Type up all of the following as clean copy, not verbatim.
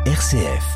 RCF.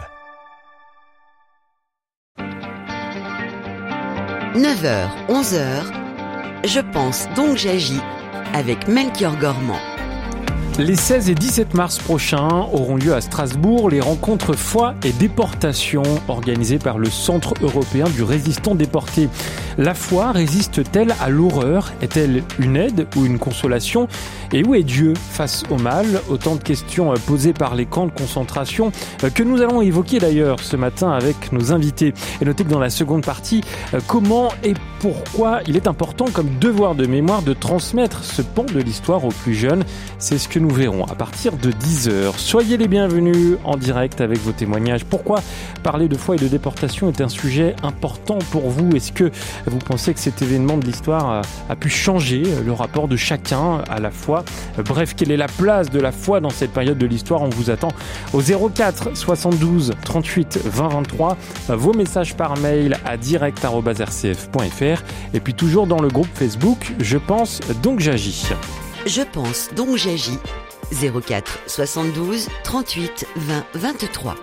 9h, 11h, je pense donc j'agis avec Melchior Gormand. Les 16 et 17 mars prochains auront lieu à Strasbourg les rencontres foi et déportation organisées par le Centre européen du résistant déporté. La foi résiste-t-elle à l'horreur ? Est-elle une aide ou une consolation ? Et où est Dieu face au mal ? Autant de questions posées par les camps de concentration que nous allons évoquer d'ailleurs ce matin avec nos invités. Et notez que dans la seconde partie, comment et pourquoi il est important comme devoir de mémoire de transmettre ce pan de l'histoire aux plus jeunes. C'est ce que nous verrons à partir de 10h. Soyez les bienvenus en direct avec vos témoignages. Pourquoi parler de foi et de déportation est un sujet important pour vous ? Est-ce que vous pensez que cet événement de l'histoire a pu changer le rapport de chacun à la foi ? Bref, quelle est la place de la foi dans cette période de l'histoire ? On vous attend au 04 72 38 20 23. Vos messages par mail à direct@rcf.fr et puis toujours dans le groupe Facebook Je pense donc j'agis. Je pense donc j'agis. 04 72 38 20 23.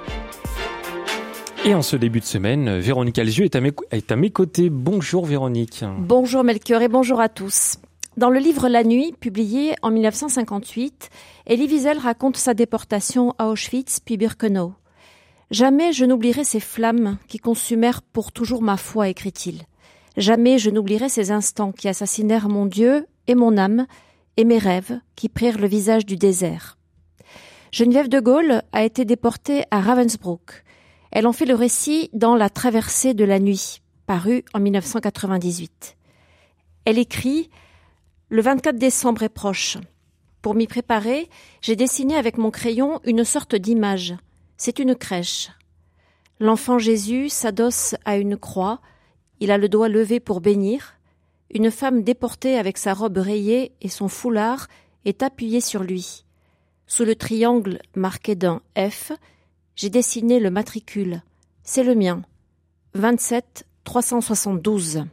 Et en ce début de semaine, Véronique Alzieux est à mes côtés. Bonjour Véronique. Bonjour Melchior et bonjour à tous. Dans le livre La Nuit, publié en 1958, Elie Wiesel raconte sa déportation à Auschwitz puis Birkenau. « Jamais je n'oublierai ces flammes qui consumèrent pour toujours ma foi », écrit-il. « Jamais je n'oublierai ces instants qui assassinèrent mon Dieu et mon âme et mes rêves qui prirent le visage du désert. » Geneviève de Gaulle a été déportée à Ravensbrück. Elle en fait le récit dans La Traversée de la nuit, paru en 1998. Elle écrit « Le 24 décembre est proche. Pour m'y préparer, j'ai dessiné avec mon crayon une sorte d'image. C'est une crèche. L'enfant Jésus s'adosse à une croix. Il a le doigt levé pour bénir. Une femme déportée avec sa robe rayée et son foulard est appuyée sur lui. Sous le triangle marqué d'un F, j'ai dessiné le matricule. C'est le mien. 27 372.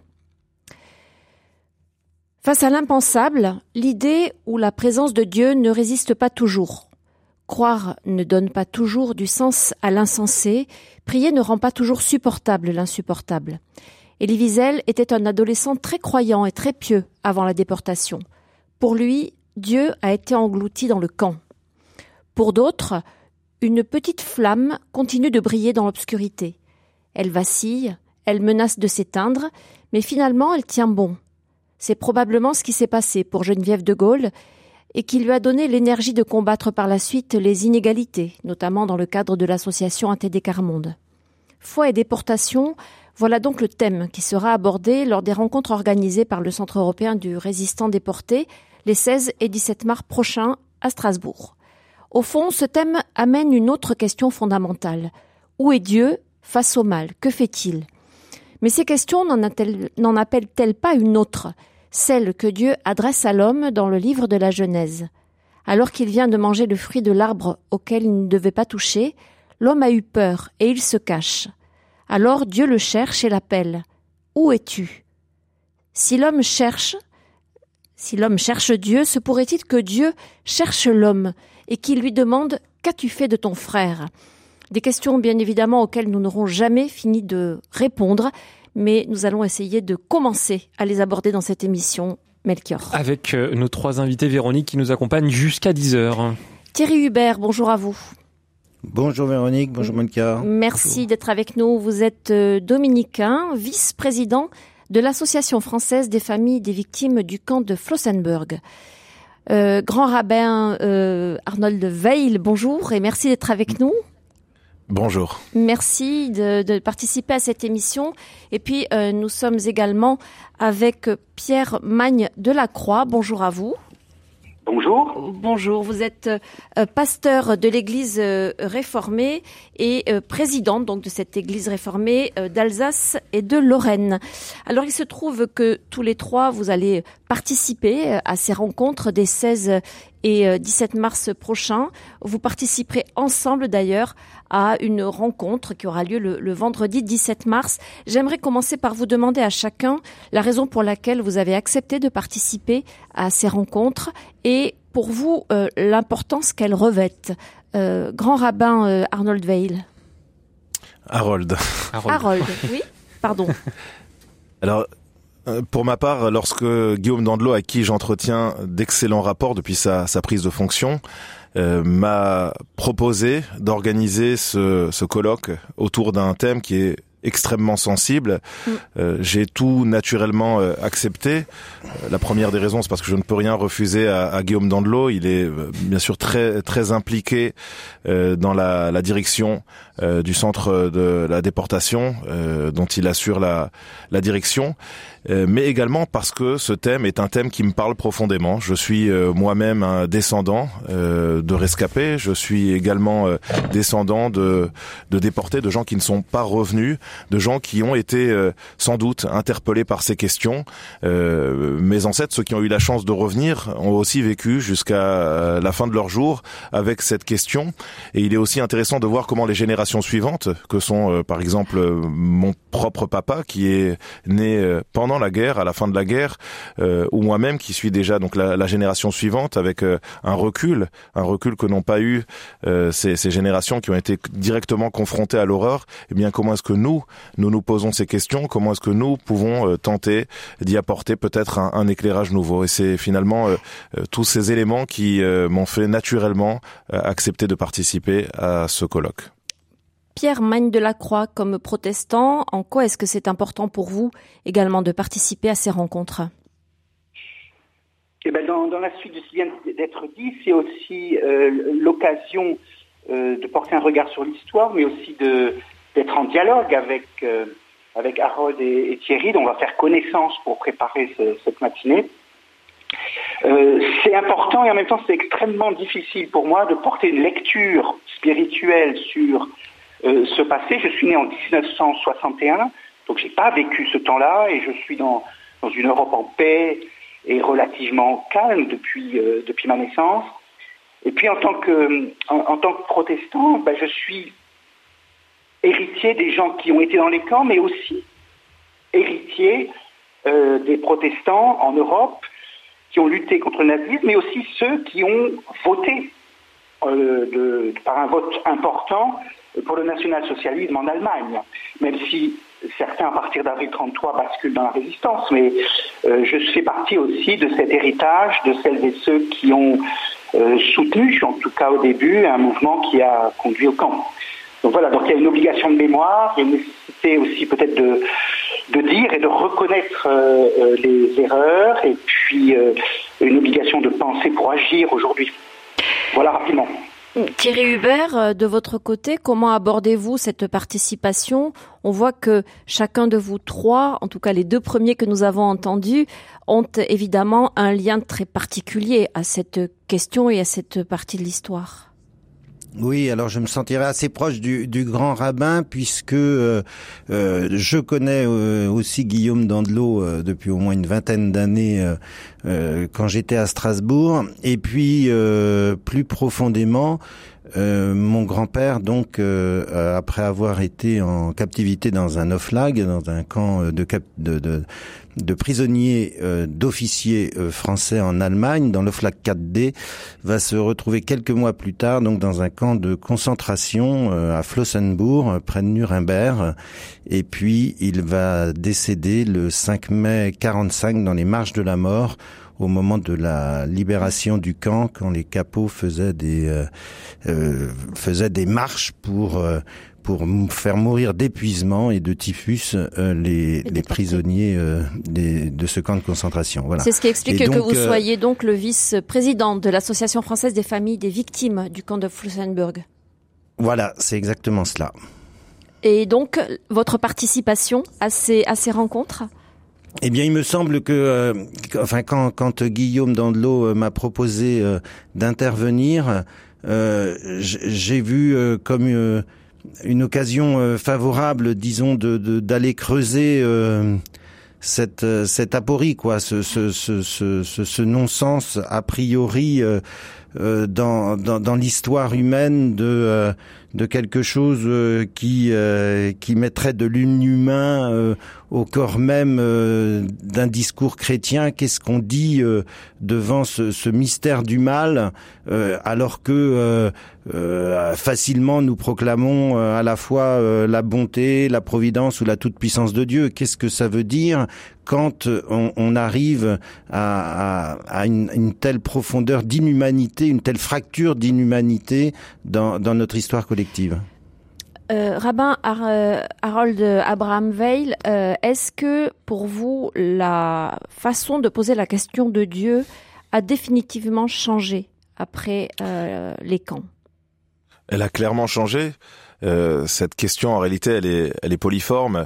Face à l'impensable, l'idée ou la présence de Dieu ne résiste pas toujours. Croire ne donne pas toujours du sens à l'insensé. Prier ne rend pas toujours supportable l'insupportable. Elie Wiesel était un adolescent très croyant et très pieux avant la déportation. Pour lui, Dieu a été englouti dans le camp. Pour d'autres, une petite flamme continue de briller dans l'obscurité. Elle vacille, elle menace de s'éteindre, mais finalement elle tient bon. C'est probablement ce qui s'est passé pour Geneviève de Gaulle et qui lui a donné l'énergie de combattre par la suite les inégalités, notamment dans le cadre de l'association ATD Quart Monde. Foi et déportation, voilà donc le thème qui sera abordé lors des rencontres organisées par le Centre européen du résistant déporté les 16 et 17 mars prochains à Strasbourg. Au fond, ce thème amène une autre question fondamentale. Où est Dieu face au mal ? Que fait-il ? Mais ces questions n'en appellent-elles pas une autre, celle que Dieu adresse à l'homme dans le livre de la Genèse ? Alors qu'il vient de manger le fruit de l'arbre auquel il ne devait pas toucher, l'homme a eu peur et il se cache. Alors Dieu le cherche et l'appelle. « Où es-tu » Si l'homme cherche Dieu, se pourrait-il que Dieu cherche l'homme et qu'il lui demande « Qu'as-tu fait de ton frère ?» Des questions bien évidemment auxquelles nous n'aurons jamais fini de répondre, mais nous allons essayer de commencer à les aborder dans cette émission. Melchior. Avec nos trois invités, Véronique, qui nous accompagnent jusqu'à 10h. Thierry Hubert, bonjour à vous. Bonjour Véronique, bonjour Melchior. Merci bonjour. D'être avec nous. Vous êtes dominicain, vice-président de l'Association française des familles des victimes du camp de Flossenbürg. Grand rabbin Arnold Weil, bonjour et merci d'être avec nous. Bonjour. Merci de participer à cette émission. Et puis, nous sommes également avec Pierre Magne de la Croix. Bonjour à vous. Bonjour. Bonjour, vous êtes pasteur de l'église réformée et présidente donc de cette église réformée d'Alsace et de Lorraine. Alors il se trouve que tous les trois vous allez participer à ces rencontres des 16 et 17 mars prochains. Vous participerez ensemble d'ailleurs à une rencontre qui aura lieu le vendredi 17 mars. J'aimerais commencer par vous demander à chacun la raison pour laquelle vous avez accepté de participer à ces rencontres et pour vous l'importance qu'elle revête. Grand rabbin Arnold Weil. Harold. Harold, oui, pardon. Alors, pour ma part, lorsque Guillaume Dandelot, à qui j'entretiens d'excellents rapports depuis sa prise de fonction, m'a proposé d'organiser ce colloque autour d'un thème qui est extrêmement sensible. J'ai tout naturellement accepté. La première des raisons, c'est parce que je ne peux rien refuser à Guillaume Dandelot. Il est bien sûr très très impliqué dans la direction du centre de la déportation, dont il assure la direction, mais également parce que ce thème est un thème qui me parle profondément. Je suis moi-même un descendant de rescapés. Je suis également descendant de déportés, de gens qui ne sont pas revenus, de gens qui ont été sans doute interpellés par ces questions. Mes ancêtres, ceux qui ont eu la chance de revenir, ont aussi vécu jusqu'à la fin de leur jour avec cette question. Et il est aussi intéressant de voir comment les générations suivantes, que sont par exemple mon propre papa qui est né pendant la guerre, à la fin de la guerre, ou moi-même qui suis déjà donc la génération suivante avec un recul que n'ont pas eu ces générations qui ont été directement confrontées à l'horreur. Eh bien, comment est-ce que nous posons ces questions? Comment est-ce que nous pouvons tenter d'y apporter peut-être un éclairage nouveau? Et c'est finalement tous ces éléments qui m'ont fait naturellement accepter de participer à ce colloque. Pierre Magne-Delacroix, comme protestant, en quoi est-ce que c'est important pour vous également de participer à ces rencontres? Eh ben dans la suite de ce qui vient d'être dit, c'est aussi l'occasion de porter un regard sur l'histoire, mais aussi d'être en dialogue avec Harold et Thierry, dont on va faire connaissance pour préparer cette matinée. C'est important et en même temps c'est extrêmement difficile pour moi de porter une lecture spirituelle sur ce passé. Je suis né en 1961, donc j'ai pas vécu ce temps-là et je suis dans une Europe en paix et relativement calme depuis ma naissance. Et puis en tant que protestant, je suis héritier des gens qui ont été dans les camps, mais aussi héritier des protestants en Europe qui ont lutté contre le nazisme, mais aussi ceux qui ont voté par un vote important pour le national-socialisme en Allemagne, même si certains, à partir d'avril 1933, basculent dans la résistance. Mais je fais partie aussi de cet héritage de celles et ceux qui ont soutenu, en tout cas au début, un mouvement qui a conduit au camp. Donc voilà, donc il y a une obligation de mémoire, il y a une nécessité aussi peut-être de dire et de reconnaître les erreurs, et puis une obligation de penser pour agir aujourd'hui. Voilà rapidement. Thierry Hubert, de votre côté, comment abordez-vous cette participation? On voit que chacun de vous trois, en tout cas les deux premiers que nous avons entendus, ont évidemment un lien très particulier à cette question et à cette partie de l'histoire. Oui, alors je me sentirais assez proche du grand rabbin puisque je connais aussi Guillaume Dandelot depuis au moins une vingtaine d'années quand j'étais à Strasbourg, et puis plus profondément mon grand-père, donc après avoir été en captivité dans un oflag, dans un camp de prisonniers d'officiers français en Allemagne, dans l'oflag 4D, va se retrouver quelques mois plus tard donc dans un camp de concentration à Flossenburg, près de Nuremberg, et puis il va décéder le 5 mai 45 dans les marches de la mort, au moment de la libération du camp, quand les capots faisaient des marches pour faire mourir d'épuisement et de typhus les prisonniers de ce camp de concentration. Voilà. C'est ce qui explique donc, que vous soyez donc le vice-président de l'Association française des familles des victimes du camp de Flossenburg. Voilà, c'est exactement cela. Et donc, votre participation à ces rencontres ? Eh bien, il me semble que, quand Guillaume Dandelot m'a proposé d'intervenir, j'ai vu comme une occasion favorable, disons, d'aller creuser cette aporie, quoi, ce non-sens a priori dans l'histoire humaine quelque chose qui mettrait de l'inhumain au corps même d'un discours chrétien. Qu'est-ce qu'on dit devant ce mystère du mal, alors que facilement nous proclamons à la fois la bonté, la providence ou la toute-puissance de Dieu. Qu'est-ce que ça veut dire quand on arrive à une telle profondeur d'inhumanité, une telle fracture d'inhumanité dans notre histoire collective? Rabbin Harold Abraham Weil, est-ce que pour vous la façon de poser la question de Dieu a définitivement changé après les camps? Elle a clairement changé. Cette question, en réalité, elle est poliforme.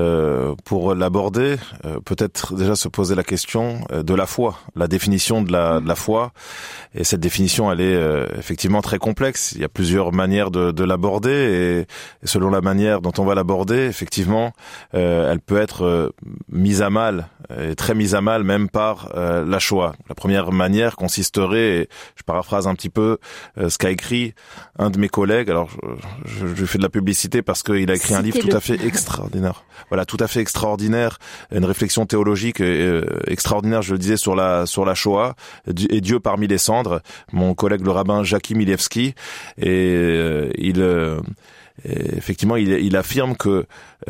Pour l'aborder, peut-être déjà se poser la question de la foi, la définition de la foi. Et cette définition, elle est effectivement très complexe. Il y a plusieurs manières de l'aborder, et selon la manière dont on va l'aborder, effectivement, elle peut être mise à mal, et très mise à mal même par la Shoah. La première manière consisterait, et je paraphrase un petit peu ce qu'a écrit un de mes collègues. Alors, je fais de la publicité parce qu'il a écrit un livre tout à fait extraordinaire. Voilà, tout à fait extraordinaire, une réflexion théologique extraordinaire, je le disais, sur la Shoah et Dieu parmi les cendres. Mon collègue le rabbin Jackie Milevski, et effectivement, il affirme que,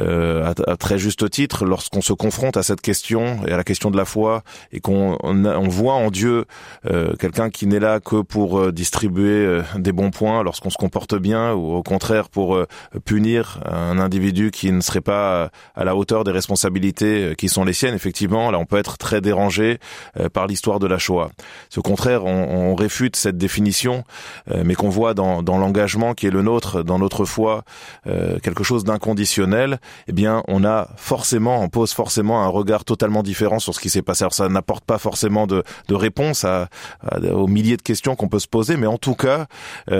à très juste titre, lorsqu'on se confronte à cette question et à la question de la foi, et qu'on voit en Dieu quelqu'un qui n'est là que pour distribuer des bons points lorsqu'on se comporte bien, ou au contraire pour punir un individu qui ne serait pas à la hauteur des responsabilités qui sont les siennes, effectivement, là on peut être très dérangé par l'histoire de la Shoah. Au contraire, on réfute cette définition, mais qu'on voit dans l'engagement qui est le nôtre, dans notre foi, quelque chose d'inconditionnel, eh bien on pose forcément un regard totalement différent sur ce qui s'est passé. Alors ça n'apporte pas forcément de réponse aux milliers de questions qu'on peut se poser, mais en tout cas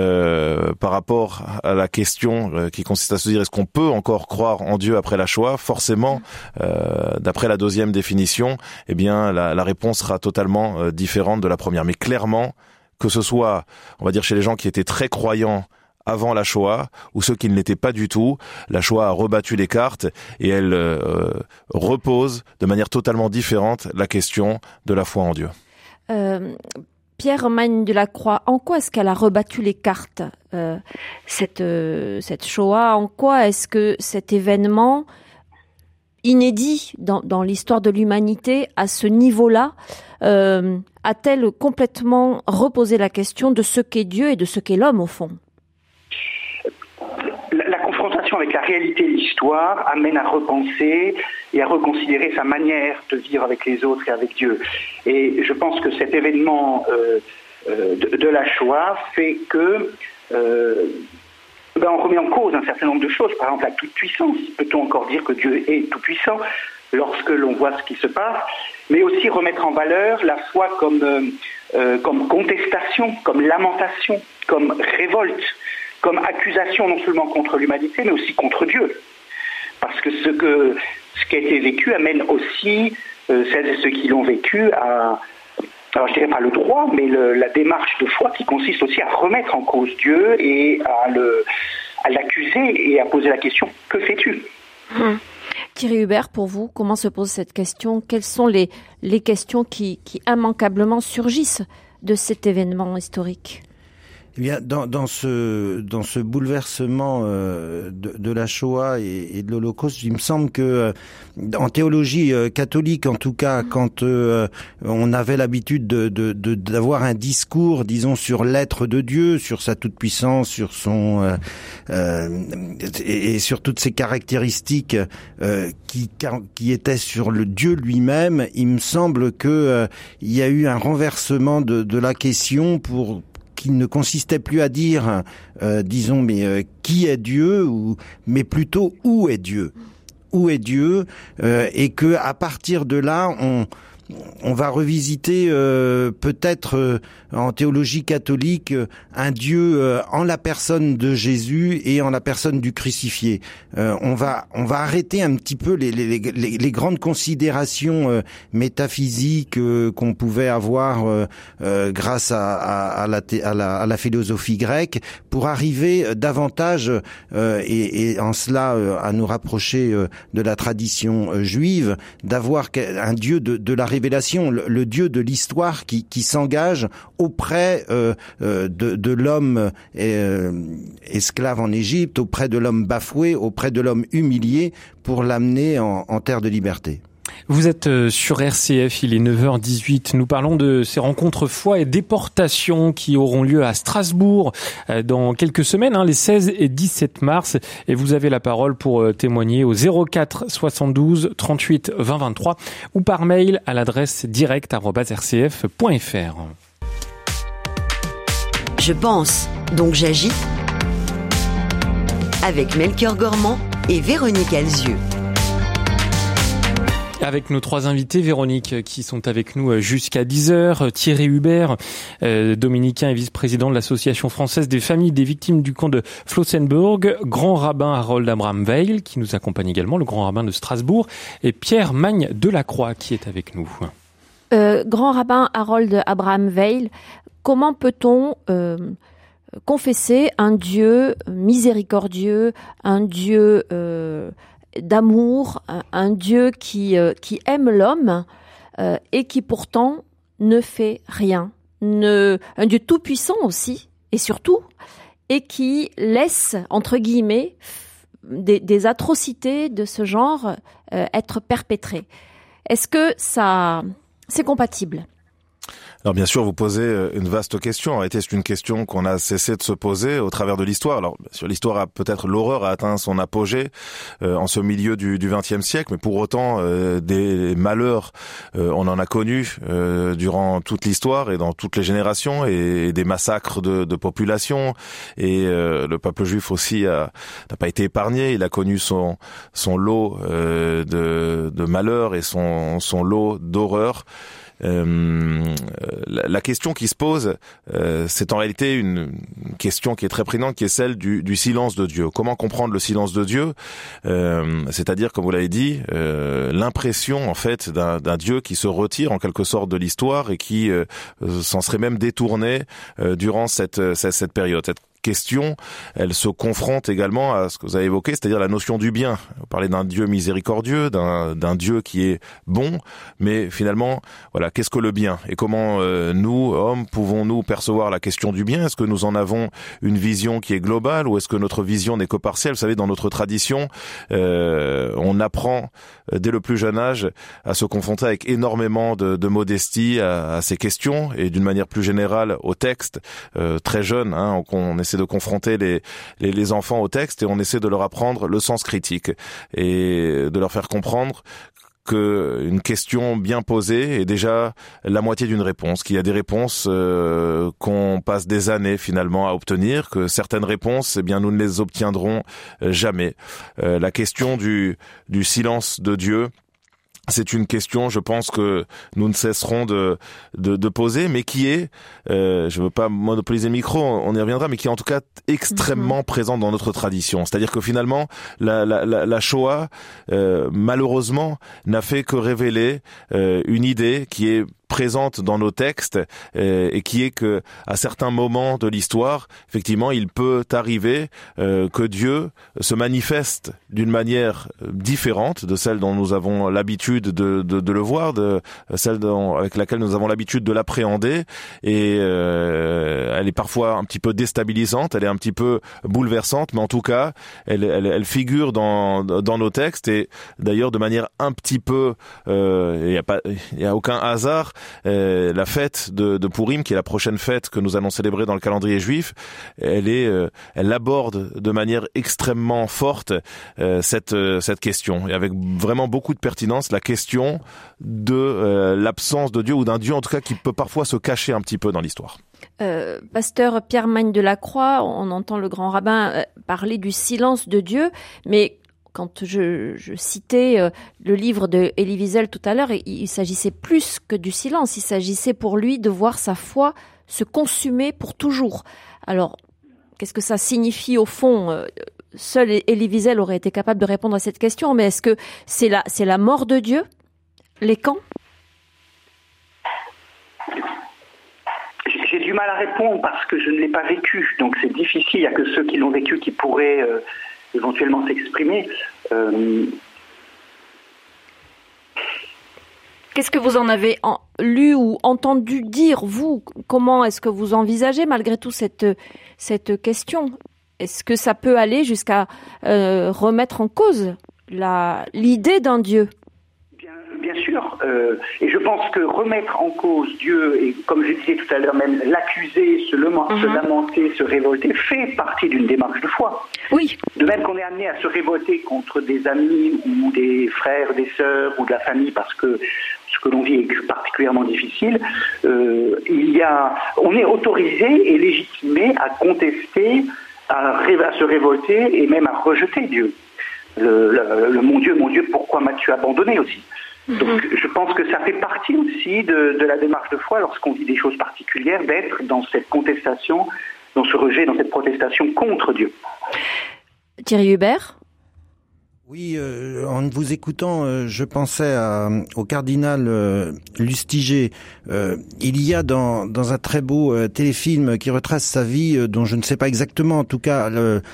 par rapport à la question qui consiste à se dire est-ce qu'on peut encore croire en Dieu après la Shoah, forcément d'après la deuxième définition, eh bien la réponse sera totalement différente de la première. Mais clairement, que ce soit, on va dire, chez les gens qui étaient très croyants avant la Shoah, ou ceux qui ne l'étaient pas du tout, la Shoah a rebattu les cartes, et elle repose de manière totalement différente la question de la foi en Dieu. Pierre Magne de la Croix, en quoi est-ce qu'elle a rebattu les cartes, cette Shoah? En quoi est-ce que cet événement inédit dans l'histoire de l'humanité à ce niveau-là a-t-elle complètement reposé la question de ce qu'est Dieu et de ce qu'est l'homme au fond? La confrontation avec la réalité de l'histoire amène à repenser et à reconsidérer sa manière de vivre avec les autres et avec Dieu. Et je pense que cet événement de la Shoah fait que on remet en cause un certain nombre de choses. Par exemple, la toute-puissance. Peut-on encore dire que Dieu est tout-puissant lorsque l'on voit ce qui se passe? Mais aussi remettre en valeur la foi comme contestation, comme lamentation, comme révolte, comme accusation non seulement contre l'humanité, mais aussi contre Dieu. Parce que ce qui a été vécu amène aussi celles et ceux qui l'ont vécu à, alors je dirais pas le droit, mais la démarche de foi qui consiste aussi à remettre en cause Dieu et à l'accuser et à poser la question « Que fais-tu » Thierry Hubert, pour vous, comment se pose cette question? Quelles sont les questions qui immanquablement surgissent de cet événement historique? Eh bien, dans ce bouleversement de la Shoah et de l'Holocauste, il me semble que en théologie catholique, en tout cas, quand on avait l'habitude d'avoir un discours, disons, sur l'être de Dieu, sur sa toute-puissance, sur son et sur toutes ses caractéristiques qui étaient sur le Dieu lui-même, il me semble que il y a eu un renversement de la question qui ne consistait plus à dire, disons, mais qui est Dieu, mais plutôt où est Dieu, et que à partir de là, on va revisiter peut-être en théologie catholique un Dieu en la personne de Jésus et en la personne du crucifié. On va arrêter un petit peu les grandes considérations métaphysiques qu'on pouvait avoir grâce à la philosophie grecque pour arriver davantage et en cela à nous rapprocher de la tradition juive, d'avoir un Dieu de la révélation, le Dieu de l'histoire qui s'engage auprès de l'homme esclave en Égypte, auprès de l'homme bafoué, auprès de l'homme humilié, pour l'amener en terre de liberté. Vous êtes sur RCF, il est 9h18. Nous parlons de ces rencontres foi et déportation qui auront lieu à Strasbourg dans quelques semaines, les 16 et 17 mars. Et vous avez la parole pour témoigner au 04 72 38 20 23 ou par mail à l'adresse direct@rcf.fr. Je pense, donc j'agis. Avec Melchior Gormand et Véronique Alzieux. Avec nos trois invités, Véronique, qui sont avec nous jusqu'à 10h, Thierry Hubert, dominicain et vice-président de l'Association française des familles des victimes du camp de Flossenbürg, grand rabbin Harold Abraham Weil, qui nous accompagne également, le grand rabbin de Strasbourg, et Pierre Magne Delacroix, qui est avec nous. Grand rabbin Harold Abraham Weil, comment peut-on confesser un Dieu miséricordieux, un Dieu d'amour, un Dieu qui aime l'homme et qui pourtant ne fait rien, un Dieu tout-puissant aussi et surtout, et qui laisse entre guillemets des atrocités de ce genre être perpétrées. Est-ce que ça c'est compatible ? Alors bien sûr, vous posez une vaste question. En réalité, c'est une question qu'on a cessé de se poser au travers de l'histoire. Alors, sur l'histoire, l'horreur a atteint son apogée en ce milieu du XXe siècle, mais pour autant, des malheurs, on en a connu durant toute l'histoire et dans toutes les générations, et des massacres de population. Et le peuple juif aussi n'a pas été épargné. Il a connu son lot de malheurs et son lot d'horreurs. La question qui se pose, c'est en réalité une question qui est très prégnante, qui est celle du silence de Dieu. Comment comprendre le silence de Dieu ? C'est-à-dire, comme vous l'avez dit, l'impression en fait d'un Dieu qui se retire en quelque sorte de l'histoire et qui s'en serait même détourné durant cette période. Cette question, elle se confronte également à ce que vous avez évoqué, c'est-à-dire la notion du bien. Vous parlez d'un Dieu miséricordieux, d'un Dieu qui est bon, mais finalement, voilà, qu'est-ce que le bien ? Et comment nous, hommes, pouvons-nous percevoir la question du bien ? Est-ce que nous en avons une vision qui est globale ou est-ce que notre vision n'est que partielle ? Vous savez, dans notre tradition, on apprend dès le plus jeune âge à se confronter avec énormément de modestie à ces questions et d'une manière plus générale au texte. Très jeune, on essaie de confronter les enfants au texte et on essaie de leur apprendre le sens critique et de leur faire comprendre qu'une question bien posée est déjà la moitié d'une réponse, qu'il y a des réponses qu'on passe des années finalement à obtenir, que certaines réponses, nous ne les obtiendrons jamais. La question du silence de Dieu, c'est une question, je pense, que nous ne cesserons de poser, mais qui est, je veux pas monopoliser le micro, on y reviendra, mais qui est en tout cas extrêmement présente dans notre tradition. C'est-à-dire que finalement, la Shoah, malheureusement, n'a fait que révéler une idée qui est présente dans nos textes et qui est que à certains moments de l'histoire, effectivement, il peut arriver que Dieu se manifeste d'une manière différente de celle dont nous avons l'habitude de le voir, de celle avec laquelle nous avons l'habitude de l'appréhender, et elle est parfois un petit peu déstabilisante, elle est un petit peu bouleversante, mais en tout cas, elle figure dans nos textes, et d'ailleurs de manière un petit peu, il y a aucun hasard. La fête de Pourim, qui est la prochaine fête que nous allons célébrer dans le calendrier juif, elle aborde de manière extrêmement forte cette question, et avec vraiment beaucoup de pertinence, la question de l'absence de Dieu, ou d'un Dieu en tout cas qui peut parfois se cacher un petit peu dans l'histoire. Pasteur Pierre Magne Delacroix, on entend le grand rabbin parler du silence de Dieu, mais quand je citais le livre de Elie Wiesel tout à l'heure, il s'agissait plus que du silence. Il s'agissait pour lui de voir sa foi se consumer pour toujours. Alors, qu'est-ce que ça signifie au fond ? Seul Elie Wiesel aurait été capable de répondre à cette question, mais est-ce que c'est la mort de Dieu ? Les camps ? J'ai du mal à répondre parce que je ne l'ai pas vécu, donc c'est difficile. Il n'y a que ceux qui l'ont vécu qui pourraient éventuellement s'exprimer. Qu'est-ce que vous en avez lu ou entendu dire, vous ? Comment est-ce que vous envisagez malgré tout cette question ? Est-ce que ça peut aller jusqu'à remettre en cause l'idée d'un Dieu ? Bien sûr, et je pense que remettre en cause Dieu, et comme je disais tout à l'heure même, l'accuser, se lamenter, se révolter, fait partie d'une démarche de foi. Oui. De même qu'on est amené à se révolter contre des amis ou des frères, des sœurs ou de la famille parce que ce que l'on vit est particulièrement difficile, on est autorisé et légitimé à contester, à se révolter et même à rejeter Dieu. Le mon Dieu, pourquoi m'as-tu abandonné aussi ? Donc je pense que ça fait partie aussi de la démarche de foi lorsqu'on vit des choses particulières, d'être dans cette contestation, dans ce rejet, dans cette protestation contre Dieu. Thierry Hubert ? Oui, en vous écoutant, je pensais au cardinal Lustiger. Il y a dans un très beau téléfilm qui retrace sa vie, dont je ne sais pas exactement, en tout cas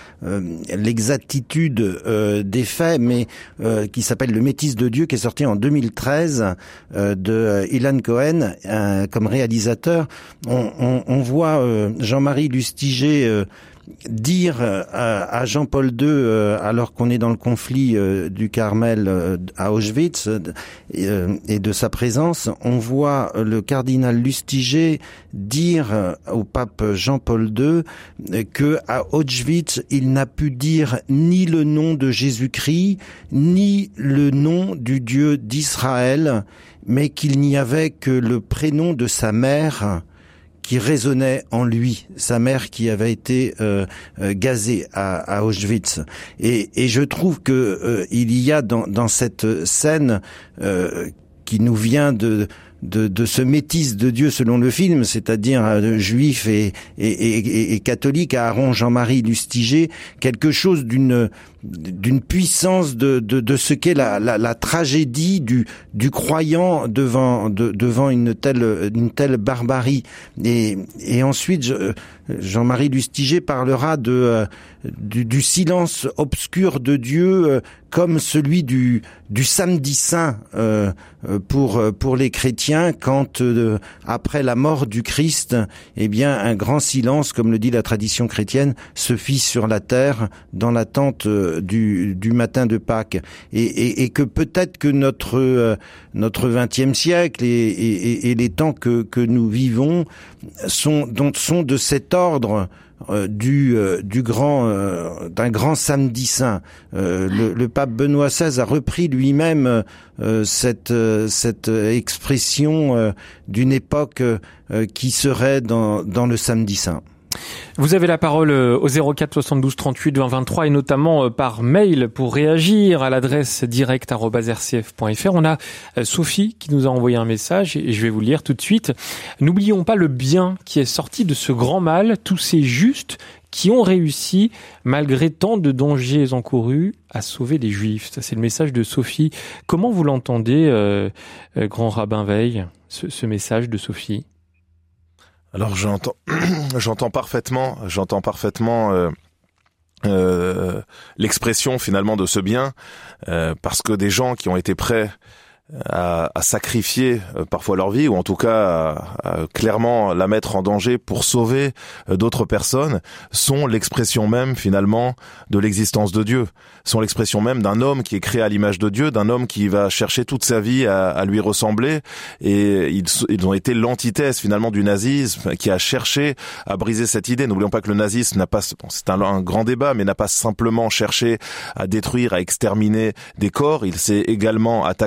l'exactitude des faits, mais qui s'appelle Le Métis de Dieu, qui est sorti en 2013 de Ilan Cohen comme réalisateur. On voit Jean-Marie Lustiger dire à Jean-Paul II, alors qu'on est dans le conflit du Carmel à Auschwitz et de sa présence, on voit le cardinal Lustiger dire au pape Jean-Paul II que à Auschwitz, il n'a pu dire ni le nom de Jésus-Christ, ni le nom du Dieu d'Israël, mais qu'il n'y avait que le prénom de sa mère qui résonnait en lui, sa mère qui avait été gazée à Auschwitz. Et je trouve que il y a dans cette scène qui nous vient de ce métis de Dieu selon le film, c'est-à-dire juif et catholique, à Aaron Jean-Marie Lustiger, quelque chose d'une puissance de ce qu'est la tragédie du croyant devant une telle barbarie. Et ensuite Jean-Marie Lustiger parlera du silence obscur de Dieu comme celui du samedi saint pour les chrétiens, quand après la mort du Christ, eh bien un grand silence, comme le dit la tradition chrétienne, se fit sur la terre dans l'attente du matin de Pâques, et que peut-être que notre 20e siècle et les temps que nous vivons sont de cet ordre d'un grand samedi saint. Le pape Benoît XVI a repris lui-même cette expression d'une époque qui serait dans le samedi saint. Vous avez la parole au 04 72 38 20 23 et notamment par mail pour réagir à l'adresse direct@rcf.fr. On a Sophie qui nous a envoyé un message et je vais vous le lire tout de suite. N'oublions pas le bien qui est sorti de ce grand mal, tous ces justes qui ont réussi, malgré tant de dangers encourus, à sauver les Juifs. Ça, c'est le message de Sophie. Comment vous l'entendez, grand rabbin Veil, ce message de Sophie ? Alors j'entends parfaitement l'expression finalement de ce bien, parce que des gens qui ont été prêts à sacrifier parfois leur vie, ou en tout cas à clairement la mettre en danger pour sauver d'autres personnes, sont l'expression même finalement de l'existence de Dieu, sont l'expression même d'un homme qui est créé à l'image de Dieu, d'un homme qui va chercher toute sa vie à lui ressembler, et ils ont été l'antithèse finalement du nazisme qui a cherché à briser cette idée. N'oublions pas que le nazisme n'a pas, c'est un grand débat, mais n'a pas simplement cherché à détruire, à exterminer des corps, il s'est également attaqué, en tout cas il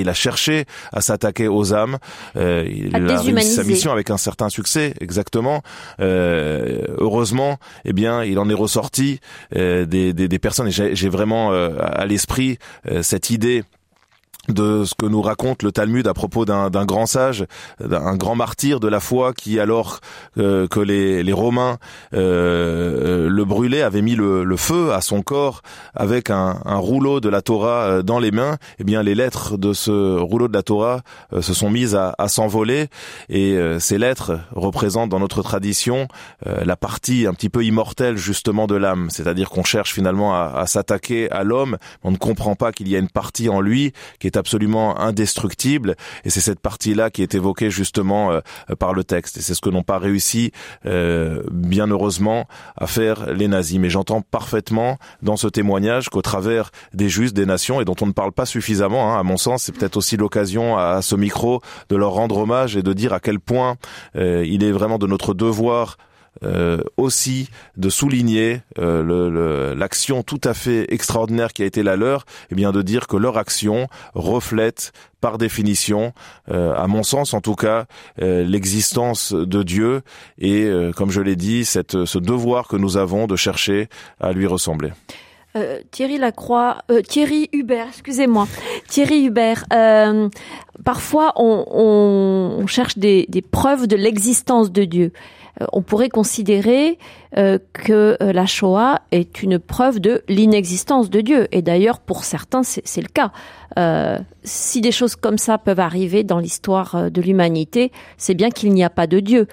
il a cherché à s'attaquer aux âmes. Il a réussi sa mission avec un certain succès, exactement. Heureusement, eh bien, il en est ressorti des personnes. Et j'ai vraiment à l'esprit cette idée de ce que nous raconte le Talmud à propos d'un grand sage, d'un grand martyr de la foi qui, alors que les Romains le brûlaient, avait mis le feu à son corps avec un rouleau de la Torah dans les mains. Eh bien, les lettres de ce rouleau de la Torah se sont mises à s'envoler, et ces lettres représentent dans notre tradition la partie un petit peu immortelle justement de l'âme, c'est-à-dire qu'on cherche finalement à s'attaquer à l'homme, on ne comprend pas qu'il y a une partie en lui qui est absolument indestructible, et c'est cette partie-là qui est évoquée justement par le texte, et c'est ce que n'ont pas réussi bien heureusement à faire les nazis. Mais j'entends parfaitement dans ce témoignage qu'au travers des justes, des nations, et dont on ne parle pas suffisamment, à mon sens, c'est peut-être aussi l'occasion à ce micro de leur rendre hommage et de dire à quel point il est vraiment de notre devoir aussi de souligner l'action tout à fait extraordinaire qui a été la leur, et bien de dire que leur action reflète par définition, à mon sens en tout cas, l'existence de Dieu, et comme je l'ai dit, ce devoir que nous avons de chercher à lui ressembler. Thierry Hubert, excusez-moi. Thierry Hubert, parfois on cherche des preuves de l'existence de Dieu. On pourrait considérer que la Shoah est une preuve de l'inexistence de Dieu. Et d'ailleurs, pour certains, c'est le cas. Si des choses comme ça peuvent arriver dans l'histoire de l'humanité, c'est bien qu'il n'y a pas de Dieu.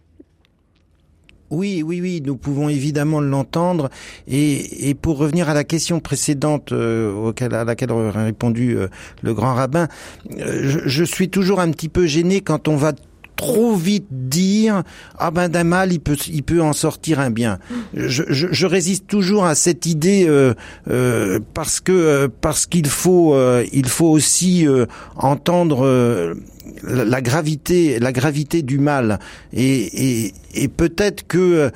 Oui, nous pouvons évidemment l'entendre. Et pour revenir à la question précédente à laquelle aurait répondu le grand rabbin, je suis toujours un petit peu gêné quand on va trop vite dire d'un mal il peut en sortir un bien. Je résiste toujours à cette idée parce qu'il faut aussi entendre la gravité du mal, et peut-être que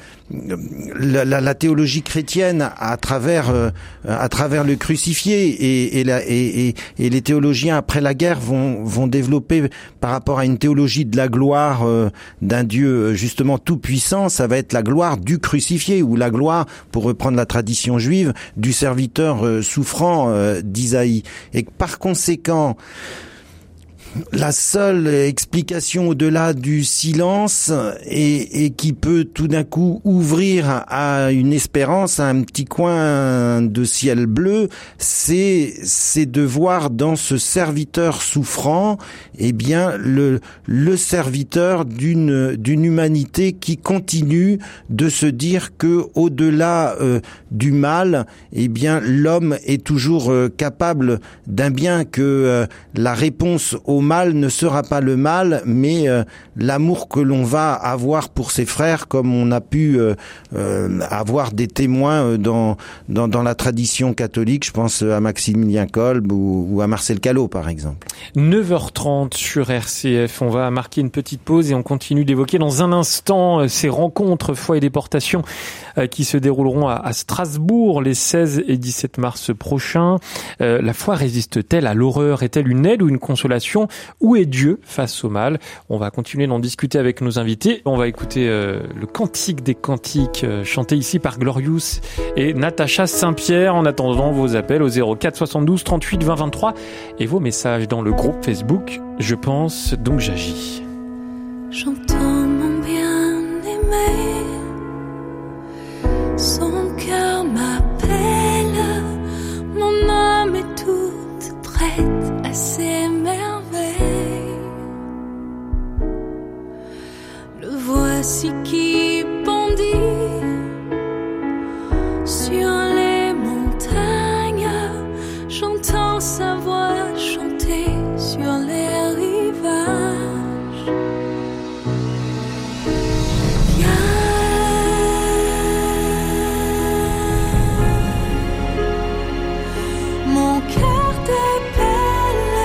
la théologie chrétienne à travers le crucifié et les théologiens après la guerre vont développer par rapport à une théologie de la gloire d'un Dieu justement tout puissant, ça va être la gloire du crucifié, ou la gloire, pour reprendre la tradition juive, du serviteur souffrant d'Isaïe. Et par conséquent, la seule explication au-delà du silence et qui peut tout d'un coup ouvrir à une espérance, à un petit coin de ciel bleu, c'est de voir dans ce serviteur souffrant, eh bien, le serviteur d'une humanité qui continue de se dire que au-delà du mal, eh bien, l'homme est toujours capable d'un bien, que la réponse au mal ne sera pas le mal, mais l'amour que l'on va avoir pour ses frères, comme on a pu avoir des témoins dans la tradition catholique. Je pense à Maximilien Kolb ou à Marcel Callot, par exemple. 9h30 sur RCF. On va marquer une petite pause et on continue d'évoquer dans un instant ces rencontres foi et déportation qui se dérouleront à Strasbourg les 16 et 17 mars prochains. La foi résiste-t-elle à l'horreur? Est-elle une aide ou une consolation? Où est Dieu face au mal? On va continuer d'en discuter avec nos invités. On va écouter le Cantique des Cantiques chanté ici par Glorious et Natacha Saint-Pierre. En attendant, vos appels au 04 72 38 20 23 et vos messages dans le groupe Facebook Je pense donc j'agis. J'entends mon bien-aimé, son cœur m'appelle, mon âme est toute prête à ses merveilles. Le voici qui bondit sur les montagnes, j'entends sa voix chanter sur les rivages. Mon cœur t'appelle,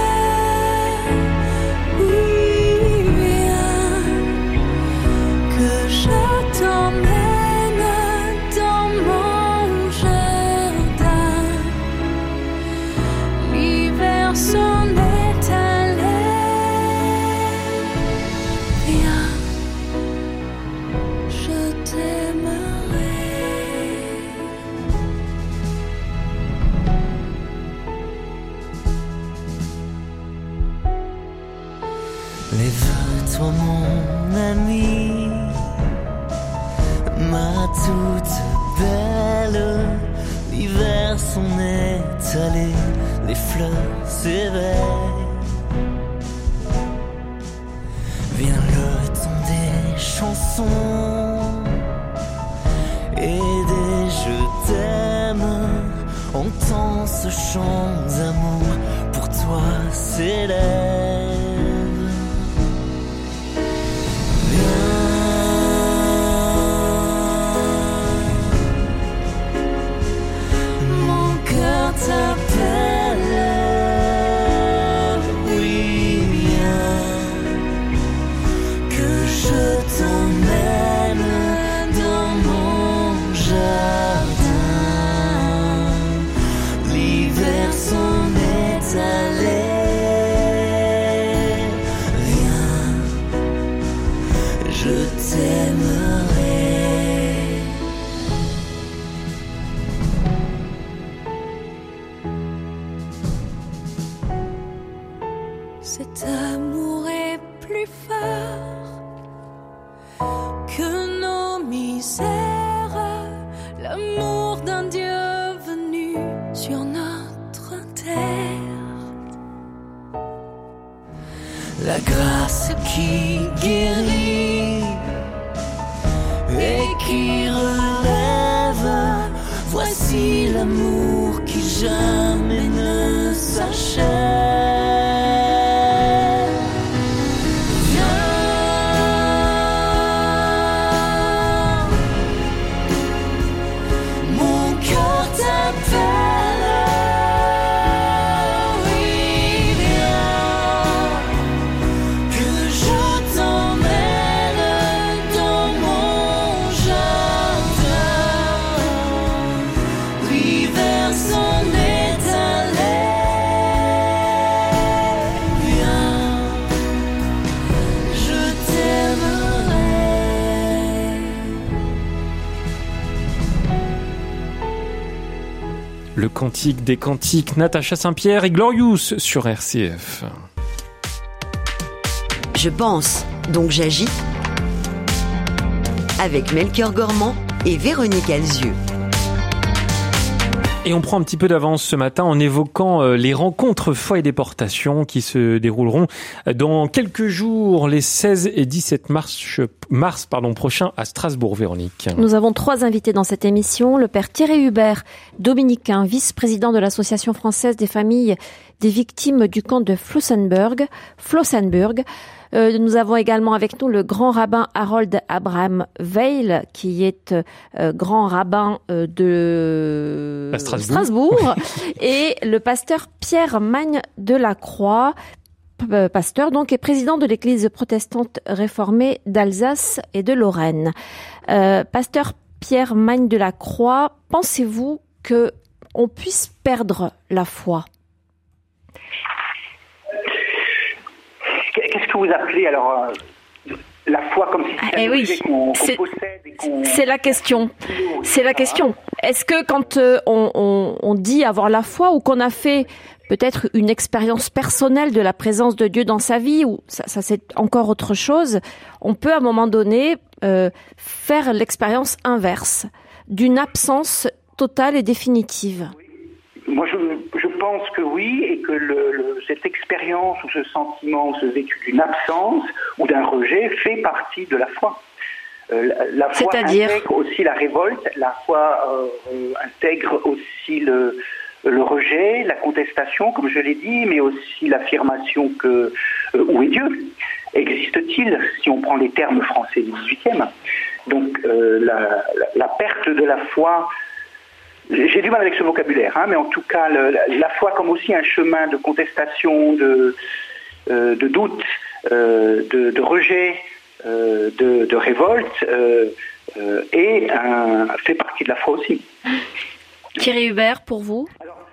oui, viens, que je t'emmène dans mon jardin. toi mon ami, ma toute belle. L'hiver s'en est allé, les fleurs s'éveillent. Vient le temps des chansons et des je t'aime. Entends ce chant d'amour pour toi s'élève. Mon cœur t'appelle, oui viens, que je t'emmène dans mon jardin. L'hiver s'en est allé, viens, je t'aimerai. Cet amour est plus fort que nos misères, l'amour d'un Dieu venu sur notre terre. La grâce qui guérit et qui relève, voici l'amour qui jamais ne s'achève. Mon cœur t'appelle, oui viens, que je t'emmène dans mon jardin. L'hiver s'en est allé, viens, je t'aimerai. Le cantique des cantiques, Natacha Saint-Pierre et Glorious sur RCF. Je pense, donc j'agis. Avec Melchior Gormand et Véronique Alzieux. Et on prend un petit peu d'avance ce matin en évoquant les rencontres foi et déportation qui se dérouleront dans quelques jours, les 16 et 17 mars prochains à Strasbourg, Véronique. Nous avons 3 invités dans cette émission. Le père Thierry Hubert, dominicain, vice-président de l'Association française des familles des victimes du camp de Flossenbürg. Nous avons également avec nous le grand rabbin Harold Abraham Weil, qui est grand rabbin de Strasbourg, et le pasteur Pierre Magne de la Croix, pasteur donc et président de l'Église protestante réformée d'Alsace et de Lorraine. Pasteur Pierre Magne de la Croix, pensez-vous que on puisse perdre la foi ? Qu'est-ce que vous appelez alors la foi comme si c'était un objet qu'on possède et qu'on... C'est la question. C'est la question. Est-ce que quand on dit avoir la foi ou qu'on a fait peut-être une expérience personnelle de la présence de Dieu dans sa vie, ou ça c'est encore autre chose, on peut à un moment donné faire l'expérience inverse d'une absence totale et définitive? Moi, je pense que oui, et que cette expérience ou ce sentiment ou ce vécu d'une absence ou d'un rejet fait partie de la foi. La foi intègre aussi la révolte, la foi intègre aussi le rejet, la contestation, comme je l'ai dit, mais aussi l'affirmation que où est Dieu? Existe-t-il, si on prend les termes français du XVIIIe? Donc la perte de la foi... J'ai du mal avec ce vocabulaire, mais en tout cas, la foi comme aussi un chemin de contestation, de doute, de rejet, de révolte, fait partie de la foi aussi. Thierry Hubert, pour vous?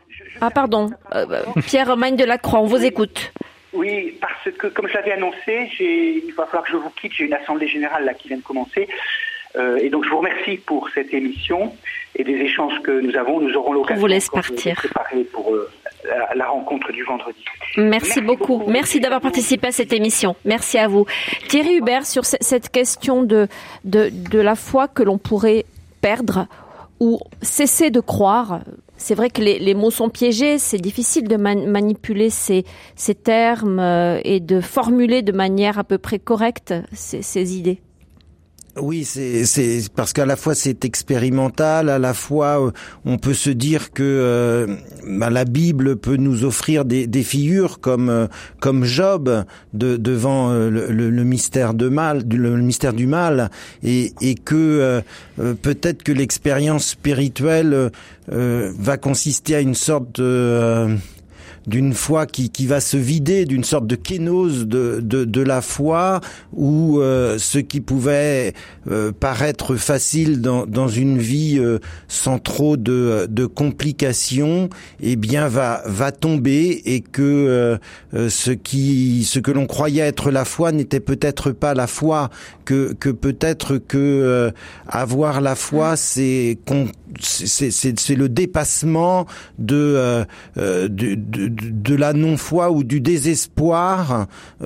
Pierre Magne de la Croix, on vous écoute. Oui, parce que, comme je l'avais annoncé, il va falloir que je vous quitte, j'ai une assemblée générale là qui vient de commencer. Et donc je vous remercie pour cette émission et des échanges que nous avons. Nous aurons l'occasion de vous préparer pour la rencontre du vendredi. Merci beaucoup. Merci d'avoir participé à cette émission. Merci à vous. Thierry Hubert, sur cette question de la foi que l'on pourrait perdre ou cesser de croire. C'est vrai que les mots sont piégés, c'est difficile de manipuler ces termes et de formuler de manière à peu près correcte ces idées. Oui, c'est parce qu'à la fois c'est expérimental, à la fois on peut se dire que la Bible peut nous offrir des figures comme Job devant le mystère du mal, et que peut-être que l'expérience spirituelle va consister à une sorte d'une foi qui va se vider, d'une sorte de kénose de la foi, où ce qui pouvait paraître facile dans une vie sans trop de complications, eh bien va tomber, et que ce que l'on croyait être la foi n'était peut-être pas la foi, que peut-être que avoir la foi c'est le dépassement de la non-foi ou du désespoir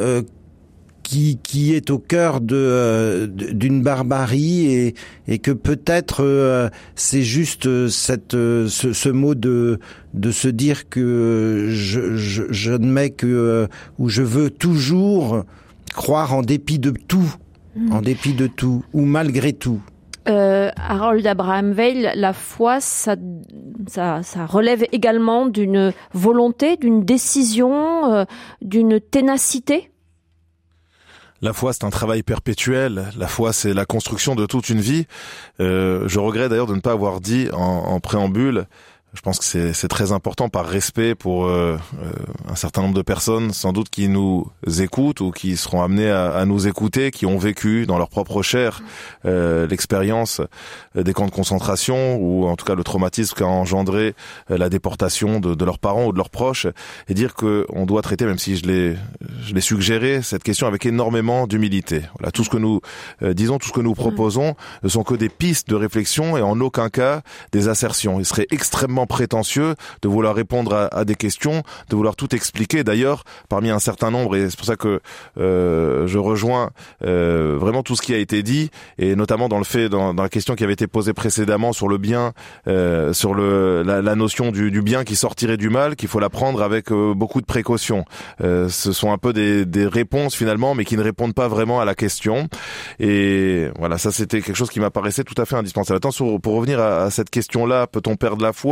qui est au cœur d'une barbarie, et que peut-être c'est juste ce mot de se dire que j'admets que ou je veux toujours croire en dépit de tout, ou malgré tout. Harold Abraham Weil, la foi, ça relève également d'une volonté, d'une décision, d'une ténacité. La foi, c'est un travail perpétuel. La foi, c'est la construction de toute une vie. Je regrette d'ailleurs de ne pas avoir dit en préambule. Je pense que c'est très important, par respect pour un certain nombre de personnes, sans doute, qui nous écoutent ou qui seront amenées à nous écouter, qui ont vécu dans leur propre chair l'expérience des camps de concentration, ou en tout cas le traumatisme qu'a engendré la déportation de leurs parents ou de leurs proches, et dire que on doit traiter, même si je l'ai suggéré, cette question avec énormément d'humilité. Voilà, tout ce que nous disons, tout ce que nous proposons ne sont que des pistes de réflexion et en aucun cas des assertions. Il serait extrêmement prétentieux de vouloir répondre à des questions, de vouloir tout expliquer. D'ailleurs, parmi un certain nombre, et c'est pour ça que je rejoins vraiment tout ce qui a été dit, et notamment dans la question qui avait été posée précédemment sur le bien, sur la notion du bien qui sortirait du mal, qu'il faut la prendre avec beaucoup de précaution. Ce sont un peu des réponses finalement, mais qui ne répondent pas vraiment à la question. Et voilà, ça c'était quelque chose qui m'apparaissait tout à fait indispensable. Attends, pour revenir à cette question-là, peut-on perdre la foi ?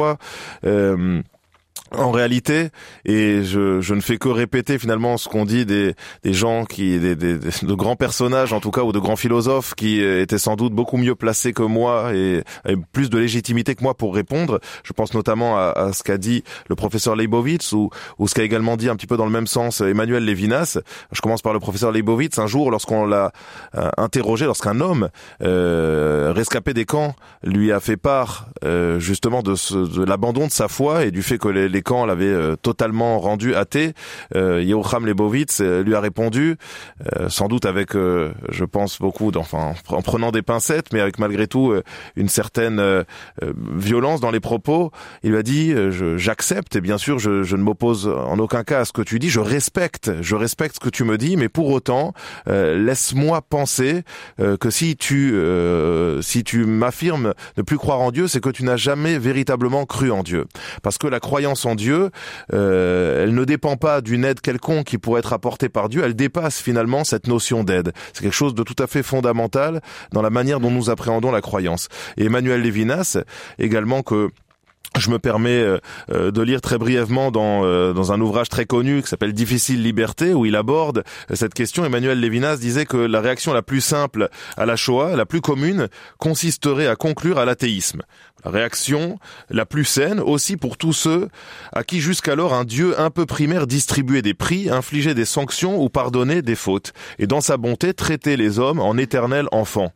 En réalité, et je ne fais que répéter finalement ce qu'on dit des gens de grands personnages en tout cas, ou de grands philosophes qui étaient sans doute beaucoup mieux placés que moi et avaient plus de légitimité que moi pour répondre. Je pense notamment à ce qu'a dit le professeur Leibowitz, ou ce qu'a également dit un petit peu dans le même sens Emmanuel Levinas. Je commence par le professeur Leibowitz. Un jour, lorsqu'on l'a interrogé, lorsqu'un homme rescapé des camps lui a fait part justement de l'abandon de sa foi et du fait que les camps l'avaient totalement rendu athée, Yehoram Leibowitz lui a répondu, sans doute avec, je pense beaucoup, en prenant des pincettes, mais avec malgré tout une certaine violence dans les propos. Il lui a dit, j'accepte, et bien sûr je ne m'oppose en aucun cas à ce que tu dis, je respecte ce que tu me dis, mais pour autant laisse-moi penser que si tu m'affirmes ne plus croire en Dieu, c'est que tu n'as jamais véritablement cru en Dieu, parce que la croyance en Dieu, elle ne dépend pas d'une aide quelconque qui pourrait être apportée par Dieu, elle dépasse finalement cette notion d'aide. C'est quelque chose de tout à fait fondamental dans la manière dont nous appréhendons la croyance. Et Emmanuel Levinas, également, que je me permets de lire très brièvement dans un ouvrage très connu qui s'appelle Difficile liberté, où il aborde cette question. Emmanuel Levinas disait que la réaction la plus simple à la Shoah, la plus commune, consisterait à conclure à l'athéisme. La réaction la plus saine aussi pour tous ceux à qui jusqu'alors un Dieu un peu primaire distribuait des prix, infligeait des sanctions ou pardonnait des fautes, et dans sa bonté traitait les hommes en éternels enfants.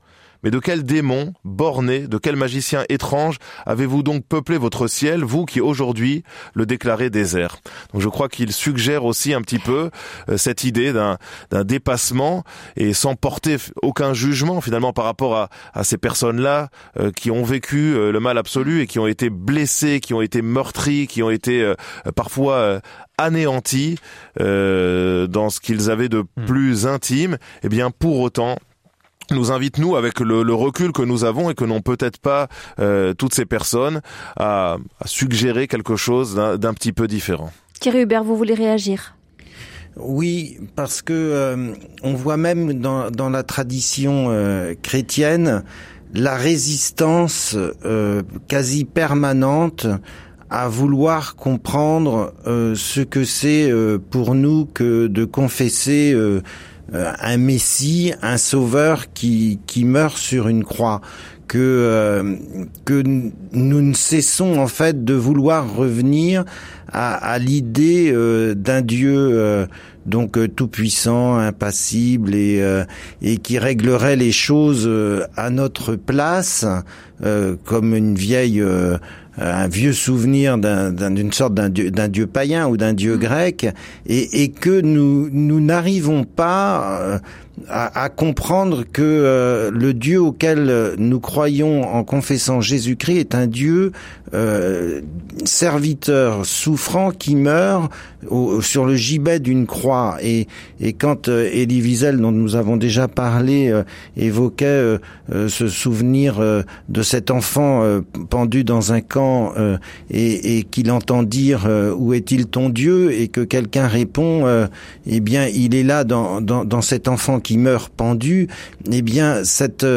Mais de quel démon borné, de quel magicien étrange avez-vous donc peuplé votre ciel, vous qui aujourd'hui le déclarez désert? Donc je crois qu'il suggère aussi un petit peu cette idée d'un dépassement, et sans porter aucun jugement finalement par rapport à ces personnes-là qui ont vécu le mal absolu et qui ont été blessés, qui ont été meurtris, qui ont été parfois anéantis dans ce qu'ils avaient de plus intime. Eh bien, pour autant, nous invite, nous, avec le recul que nous avons et que n'ont peut-être pas toutes ces personnes, à suggérer quelque chose d'un petit peu différent. Thierry Hubert, vous voulez réagir? Oui, parce que on voit même dans la tradition chrétienne la résistance quasi permanente à vouloir comprendre ce que c'est pour nous que de confesser un Messie, un sauveur qui meurt sur une croix, que nous ne cessons en fait de vouloir revenir à l'idée d'un Dieu donc tout puissant, impassible et qui réglerait les choses à notre place, comme un vieux souvenir d'une sorte d'un dieu païen ou d'un dieu grec, et que nous n'arrivons pas à comprendre que le Dieu auquel nous croyons en confessant Jésus-Christ est un Dieu serviteur, souffrant, qui meurt sur le gibet d'une croix. Et quand Elie Wiesel, dont nous avons déjà parlé, évoquait ce souvenir de cet enfant pendu dans un camp et qu'il entend dire où est-il ton Dieu, et que quelqu'un répond eh bien il est là dans cet enfant qui meurt pendu, eh bien cette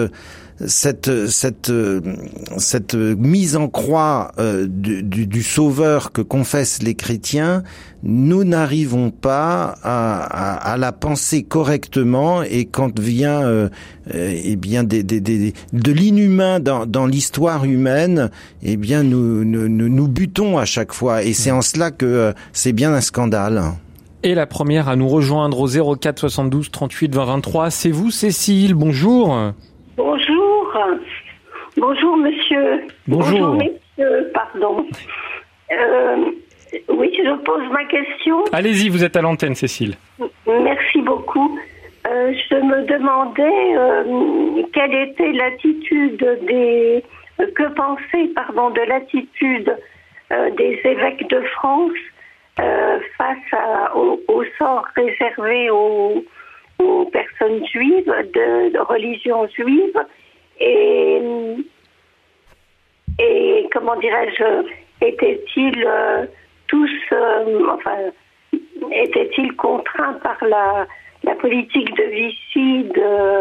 mise en croix du sauveur que confessent les chrétiens, nous n'arrivons pas à la penser correctement, et quand vient eh bien de l'inhumain dans l'histoire humaine, eh bien nous butons à chaque fois, et c'est en cela que c'est bien un scandale. Et la première à nous rejoindre au 04 72 38 20 23, c'est vous, Cécile. Bonjour. Bonjour. Bonjour, monsieur. Bonjour. Messieurs, pardon. Oui, je pose ma question. Allez-y, vous êtes à l'antenne, Cécile. Merci beaucoup. Je me demandais quelle était l'attitude que penser, de l'attitude des évêques de France face au sort réservé aux personnes juives, de religion juive, et comment dirais-je, étaient-ils étaient-ils contraints par la politique de Vichy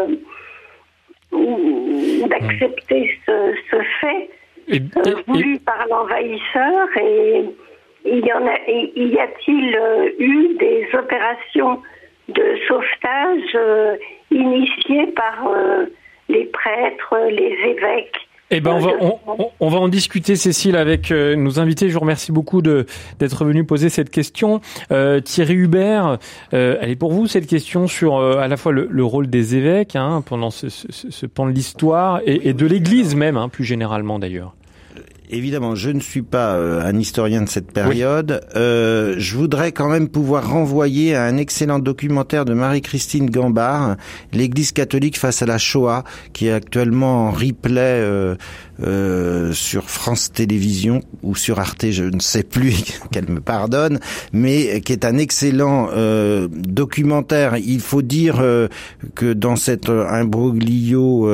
d'accepter ce fait voulu par l'envahisseur, et y a-t-il eu des opérations de sauvetage initiées par les prêtres, les évêques? Eh ben, on va en discuter, Cécile, avec nos invités. Je vous remercie beaucoup d'être venu poser cette question. Thierry Hubert, elle est pour vous, cette question sur à la fois le rôle des évêques pendant ce pan de l'histoire et de l'Église même, plus généralement d'ailleurs. Évidemment, je ne suis pas un historien de cette période. Oui. Je voudrais quand même pouvoir renvoyer à un excellent documentaire de Marie-Christine Gambard, l'Église catholique face à la Shoah, qui est actuellement en replay sur France Télévisions ou sur Arte, je ne sais plus, qu'elle me pardonne, mais qui est un excellent documentaire. Il faut dire que dans cet imbroglio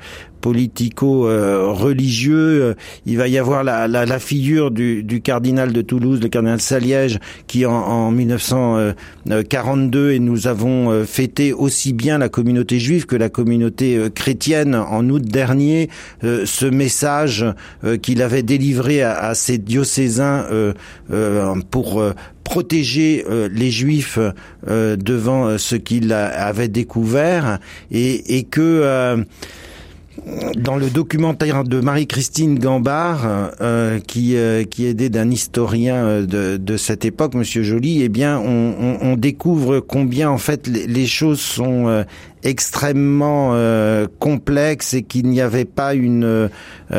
politico-religieux, il va y avoir la figure du cardinal de Toulouse, le cardinal Saliège, qui en 1942, et nous avons fêté aussi bien la communauté juive que la communauté chrétienne en août dernier, ce message qu'il avait délivré à ses diocésains pour protéger les Juifs devant ce qu'il avait découvert, et que dans le documentaire de Marie-Christine Gambard, qui est aidée d'un historien de cette époque, Monsieur Joly, eh bien, on découvre combien en fait les choses sont extrêmement complexes et qu'il n'y avait pas une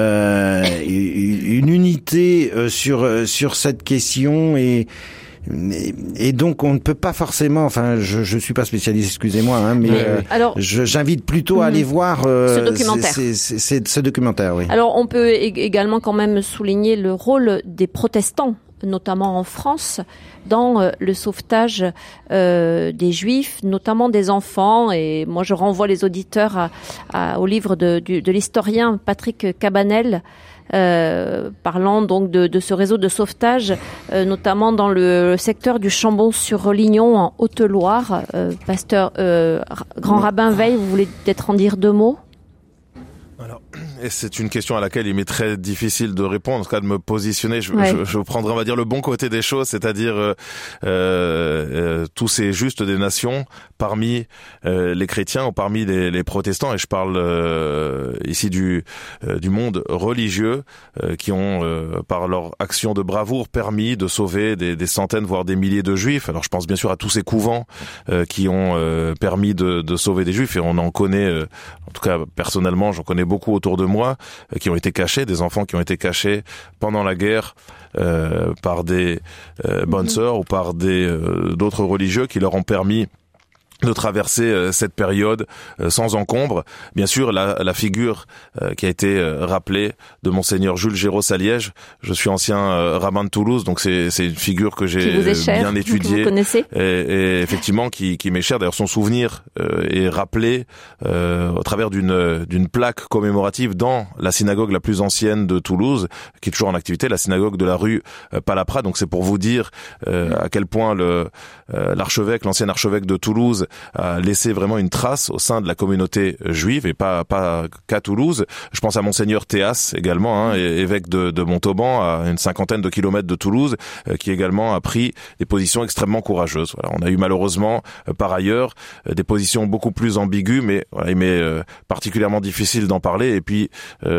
unité sur cette question et donc on ne peut pas forcément, enfin je suis pas spécialiste, excusez-moi, mais alors j'invite plutôt à aller voir ce documentaire. Ce documentaire, oui. Alors on peut également quand même souligner le rôle des protestants, notamment en France, dans le sauvetage des Juifs, notamment des enfants. Et moi, je renvoie les auditeurs au livre de l'historien Patrick Cabanel, parlant donc de ce réseau de sauvetage, notamment dans le secteur du Chambon-sur-Lignon en Haute-Loire. Pasteur Grand Rabbin Veil, vous voulez peut-être en dire 2 mots? Alors, et c'est une question à laquelle il m'est très difficile de répondre, en tout cas de me positionner. Je prendrai, on va dire, le bon côté des choses, c'est-à-dire tous ces justes des nations parmi les chrétiens ou parmi les protestants, et je parle ici du monde religieux, qui ont par leur action de bravoure permis de sauver des centaines voire des milliers de juifs. Alors je pense bien sûr à tous ces couvents qui ont permis de sauver des juifs, et on en connaît, en tout cas personnellement j'en connais beaucoup autour de moi, qui ont été cachés, des enfants qui ont été cachés pendant la guerre par des bonnes sœurs ou par d'autres religieux qui leur ont permis de traverser cette période sans encombre. Bien sûr, la figure qui a été rappelée de Monseigneur Jules Géros à Liège. Je suis ancien rabbin de Toulouse, donc c'est une figure que j'ai bien étudiée, et effectivement qui m'est chère. D'ailleurs, son souvenir est rappelé au travers d'une plaque commémorative dans la synagogue la plus ancienne de Toulouse, qui est toujours en activité, la synagogue de la rue Palaprat. Donc c'est pour vous dire à quel point l'archevêque, l'ancien archevêque de Toulouse, a laissé vraiment une trace au sein de la communauté juive, et pas qu'à Toulouse. Je pense à Monseigneur Théas également, évêque de Montauban, à une 50aine de kilomètres de Toulouse, qui également a pris des positions extrêmement courageuses. Voilà, on a eu malheureusement par ailleurs des positions beaucoup plus ambiguës, mais voilà, il m'est particulièrement difficile d'en parler. Et puis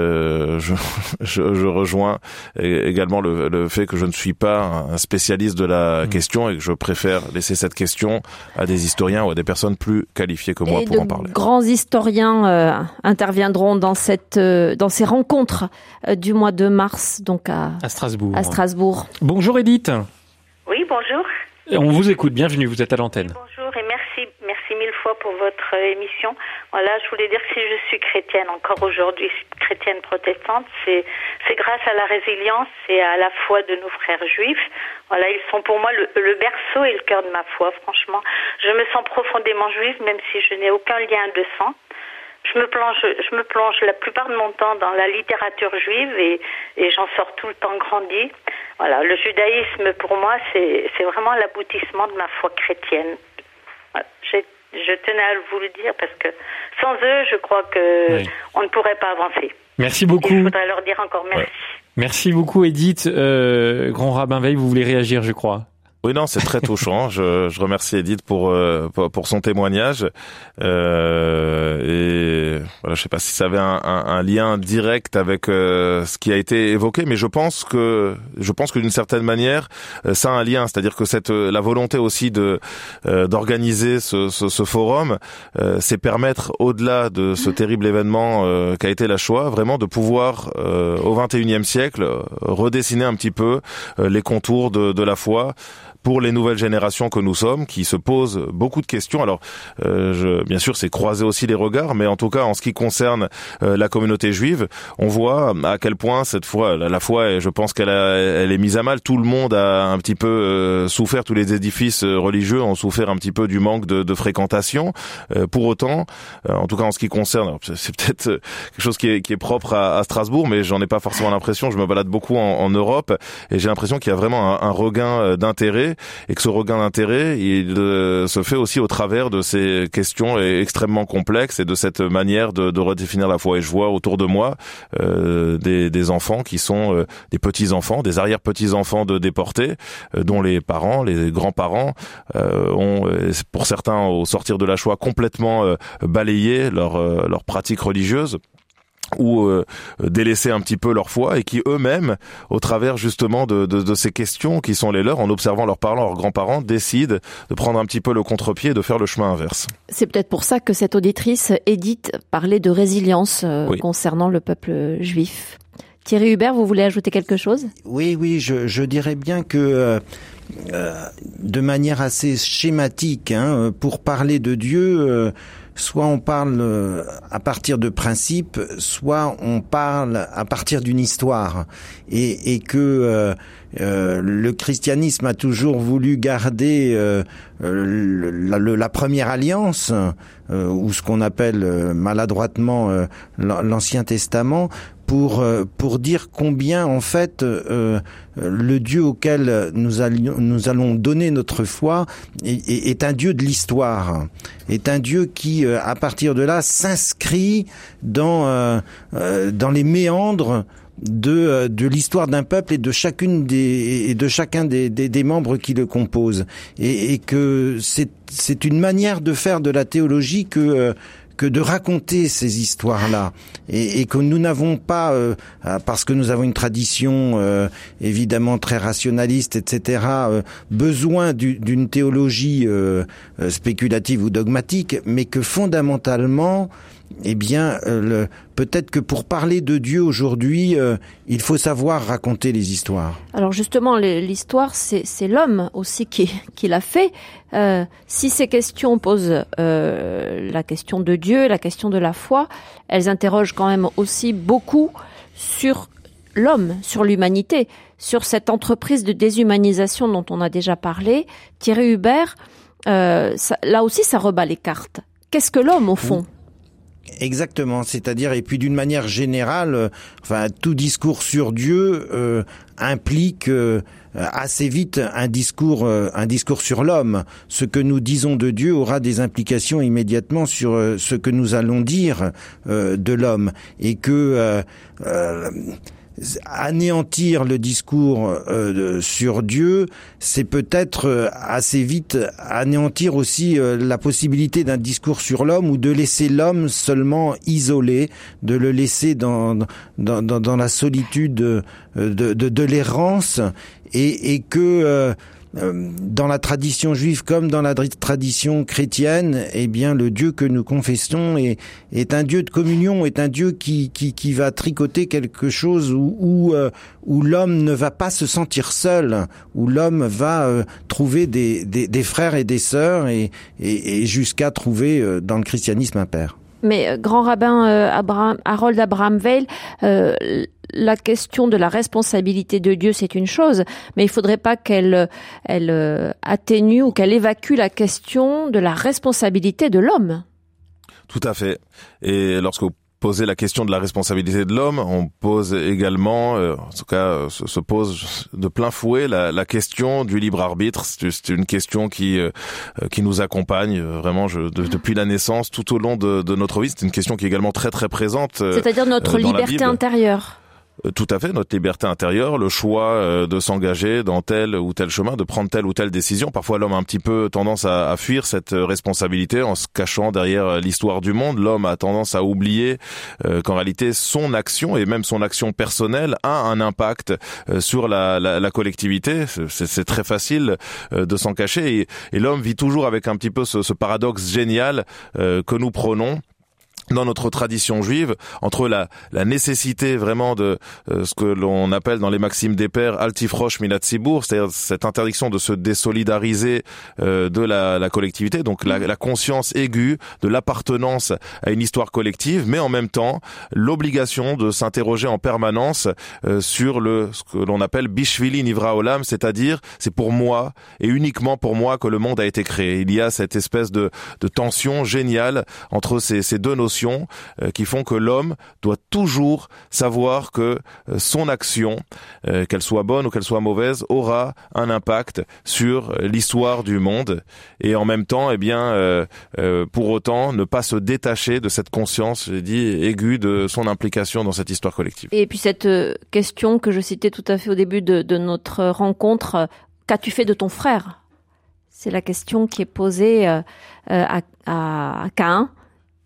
je rejoins également le fait que je ne suis pas un spécialiste de la question, et que je préfère laisser cette question à des historiens ou à des personnes plus qualifiées que moi pour en parler. Grands historiens interviendront dans ces rencontres du mois de mars, donc à Strasbourg. Bonjour Edith. Oui, bonjour. On vous écoute, bienvenue, vous êtes à l'antenne. Oui, bonjour et merci mille fois pour votre émission. Voilà, je voulais dire que si je suis chrétienne encore aujourd'hui, chrétienne protestante, c'est grâce à la résilience et à la foi de nos frères juifs. Voilà, ils sont pour moi le berceau et le cœur de ma foi, franchement. Je me sens profondément juive, même si je n'ai aucun lien de sang. Je me plonge la plupart de mon temps dans la littérature juive et j'en sors tout le temps grandi. Voilà, le judaïsme pour moi c'est vraiment l'aboutissement de ma foi chrétienne. Voilà, je tenais à vous le dire parce que sans eux, je crois que on ne pourrait pas avancer. Merci beaucoup. Et je voudrais leur dire encore merci. Merci beaucoup Edith. Grand Rabbin Veil, vous voulez réagir, je crois. Oui, non, c'est très touchant. Je remercie Edith pour son témoignage. Et voilà, je sais pas si ça avait un lien direct avec ce qui a été évoqué, mais je pense que d'une certaine manière, ça a un lien. C'est-à-dire que la volonté aussi d'organiser ce forum, c'est permettre, au-delà de ce terrible événement qu'a été la Shoah, vraiment de pouvoir au XXIe siècle redessiner un petit peu les contours de la foi pour les nouvelles générations que nous sommes, qui se posent beaucoup de questions. Alors, bien sûr, c'est croiser aussi les regards, mais en tout cas, en ce qui concerne la communauté juive, on voit à quel point cette foi, la foi, je pense qu'elle est mise à mal. Tout le monde a un petit peu souffert, tous les édifices religieux ont souffert un petit peu du manque de fréquentation. Pour autant, en tout cas en ce qui concerne, alors, c'est peut-être quelque chose qui est propre à Strasbourg, mais j'en ai pas forcément l'impression. Je me balade beaucoup en Europe et j'ai l'impression qu'il y a vraiment un regain d'intérêt, et que ce regain d'intérêt, il se fait aussi au travers de ces questions extrêmement complexes et de cette manière de redéfinir la foi. Et je vois autour de moi des enfants qui sont des petits-enfants, des arrière-petits-enfants de déportés, dont les parents, les grands-parents ont, pour certains, au sortir de la Shoah, complètement balayé leur pratique religieuse. ou délaisser un petit peu leur foi et qui eux-mêmes, au travers justement de ces questions qui sont les leurs, en observant leurs parents, leurs grands-parents, décident de prendre un petit peu le contre-pied et de faire le chemin inverse. C'est peut-être pour ça que cette auditrice, Edith, parlait de résilience concernant le peuple juif. Thierry Hubert, vous voulez ajouter quelque chose ? Oui, je dirais bien que de manière assez schématique, pour parler de Dieu, soit on parle à partir de principes, soit on parle à partir d'une histoire, et que le christianisme a toujours voulu garder la première alliance, ou ce qu'on appelle maladroitement l'Ancien Testament, pour dire combien en fait le Dieu auquel nous allons donner notre foi est un Dieu de l'histoire, est un Dieu qui à partir de là s'inscrit dans les méandres de l'histoire d'un peuple et de chacun des membres qui le composent, et que c'est une manière de faire de la théologie que de raconter ces histoires-là, et que nous n'avons pas, parce que nous avons une tradition évidemment très rationaliste, etc., besoin d'une théologie spéculative ou dogmatique, mais que fondamentalement, peut-être que pour parler de Dieu aujourd'hui, il faut savoir raconter les histoires. Alors justement, l'histoire, c'est l'homme aussi qui l'a fait. Si ces questions posent la question de Dieu, la question de la foi, elles interrogent quand même aussi beaucoup sur l'homme, sur l'humanité, sur cette entreprise de déshumanisation dont on a déjà parlé. Thierry Hubert, là aussi, ça rebat les cartes. Qu'est-ce que l'homme, au fond ? Exactement, c'est-à-dire, et puis d'une manière générale, tout discours sur Dieu implique assez vite un discours sur l'homme. Ce que nous disons de Dieu aura des implications immédiatement sur ce que nous allons dire de l'homme, et que anéantir le discours sur Dieu, c'est peut-être assez vite anéantir aussi la possibilité d'un discours sur l'homme, ou de laisser l'homme seulement isolé, de le laisser dans la solitude de l'errance, et que dans la tradition juive comme dans la tradition chrétienne, le Dieu que nous confessons est un Dieu de communion, est un Dieu qui va tricoter quelque chose où l'homme ne va pas se sentir seul, où l'homme va trouver des frères et des sœurs, et jusqu'à trouver dans le christianisme un père. Mais grand rabbin Harold Abraham Weil, la question de la responsabilité de Dieu, c'est une chose, mais il faudrait pas qu'elle atténue ou qu'elle évacue la question de la responsabilité de l'homme. Tout à fait. Et lorsque vous posez la question de la responsabilité de l'homme, on pose également, en tout cas, se pose de plein fouet la question du libre arbitre. C'est une question qui nous accompagne vraiment depuis la naissance, tout au long de notre vie. C'est une question qui est également très très présente. C'est-à-dire notre liberté intérieure. Tout à fait, notre liberté intérieure, le choix de s'engager dans tel ou tel chemin, de prendre telle ou telle décision. Parfois, l'homme a un petit peu tendance à fuir cette responsabilité en se cachant derrière l'histoire du monde. L'homme a tendance à oublier qu'en réalité, son action, et même son action personnelle, a un impact sur la collectivité. C'est très facile de s'en cacher, et l'homme vit toujours avec un petit peu ce paradoxe génial que nous prônons dans notre tradition juive, entre la nécessité vraiment de ce que l'on appelle dans les maximes des pères altifrosh minat tzibur, c'est-à-dire cette interdiction de se désolidariser de la collectivité, donc la conscience aiguë de l'appartenance à une histoire collective, mais en même temps l'obligation de s'interroger en permanence sur ce que l'on appelle bishvili nivra olam, c'est-à-dire c'est pour moi et uniquement pour moi que le monde a été créé. Il y a cette espèce de tension géniale entre ces deux notions qui font que l'homme doit toujours savoir que son action, qu'elle soit bonne ou qu'elle soit mauvaise, aura un impact sur l'histoire du monde, et en même temps, pour autant, ne pas se détacher de cette conscience, j'ai dit, aiguë de son implication dans cette histoire collective. Et puis cette question que je citais tout à fait au début de notre rencontre, qu'as-tu fait de ton frère ? C'est la question qui est posée à Caïn.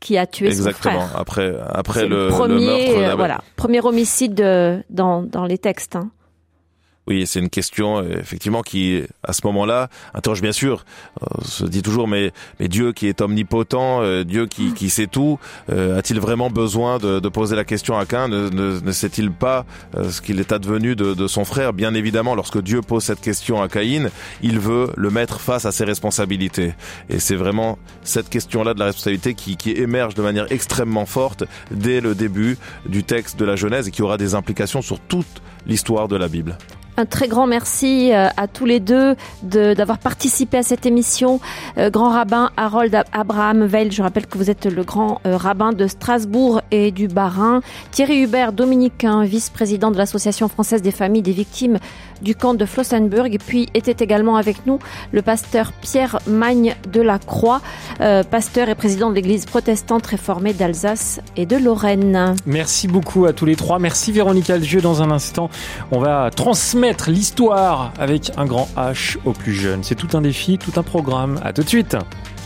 qui a tué son frère. Exactement. Après le meurtre. Premier homicide dans les textes. Hein. Oui, c'est une question effectivement qui, à ce moment-là, interroge bien sûr. On se dit toujours, mais Dieu qui est omnipotent, Dieu qui sait tout, a-t-il vraiment besoin de poser la question à Caïn? Ne sait-il pas ce qu'il est advenu de son frère? Bien évidemment, lorsque Dieu pose cette question à Caïn, il veut le mettre face à ses responsabilités. Et c'est vraiment cette question-là de la responsabilité qui émerge de manière extrêmement forte dès le début du texte de la Genèse et qui aura des implications sur toute l'histoire de la Bible. Un très grand merci à tous les deux d'avoir participé à cette émission. Grand rabbin Harold Abraham Weil, je rappelle que vous êtes le grand rabbin de Strasbourg et du Bas-Rhin. Thierry Hubert, dominicain, vice-président de l'Association française des familles des victimes du camp de Flossenbürg. Et puis était également avec nous le pasteur Pierre Magne de la Croix, pasteur et président de l'église protestante réformée d'Alsace et de Lorraine. Merci beaucoup à tous les trois. Merci Véronique Algieux. Dans un instant, on va transmettre l'histoire avec un grand H aux plus jeunes. C'est tout un défi, tout un programme. À tout de suite.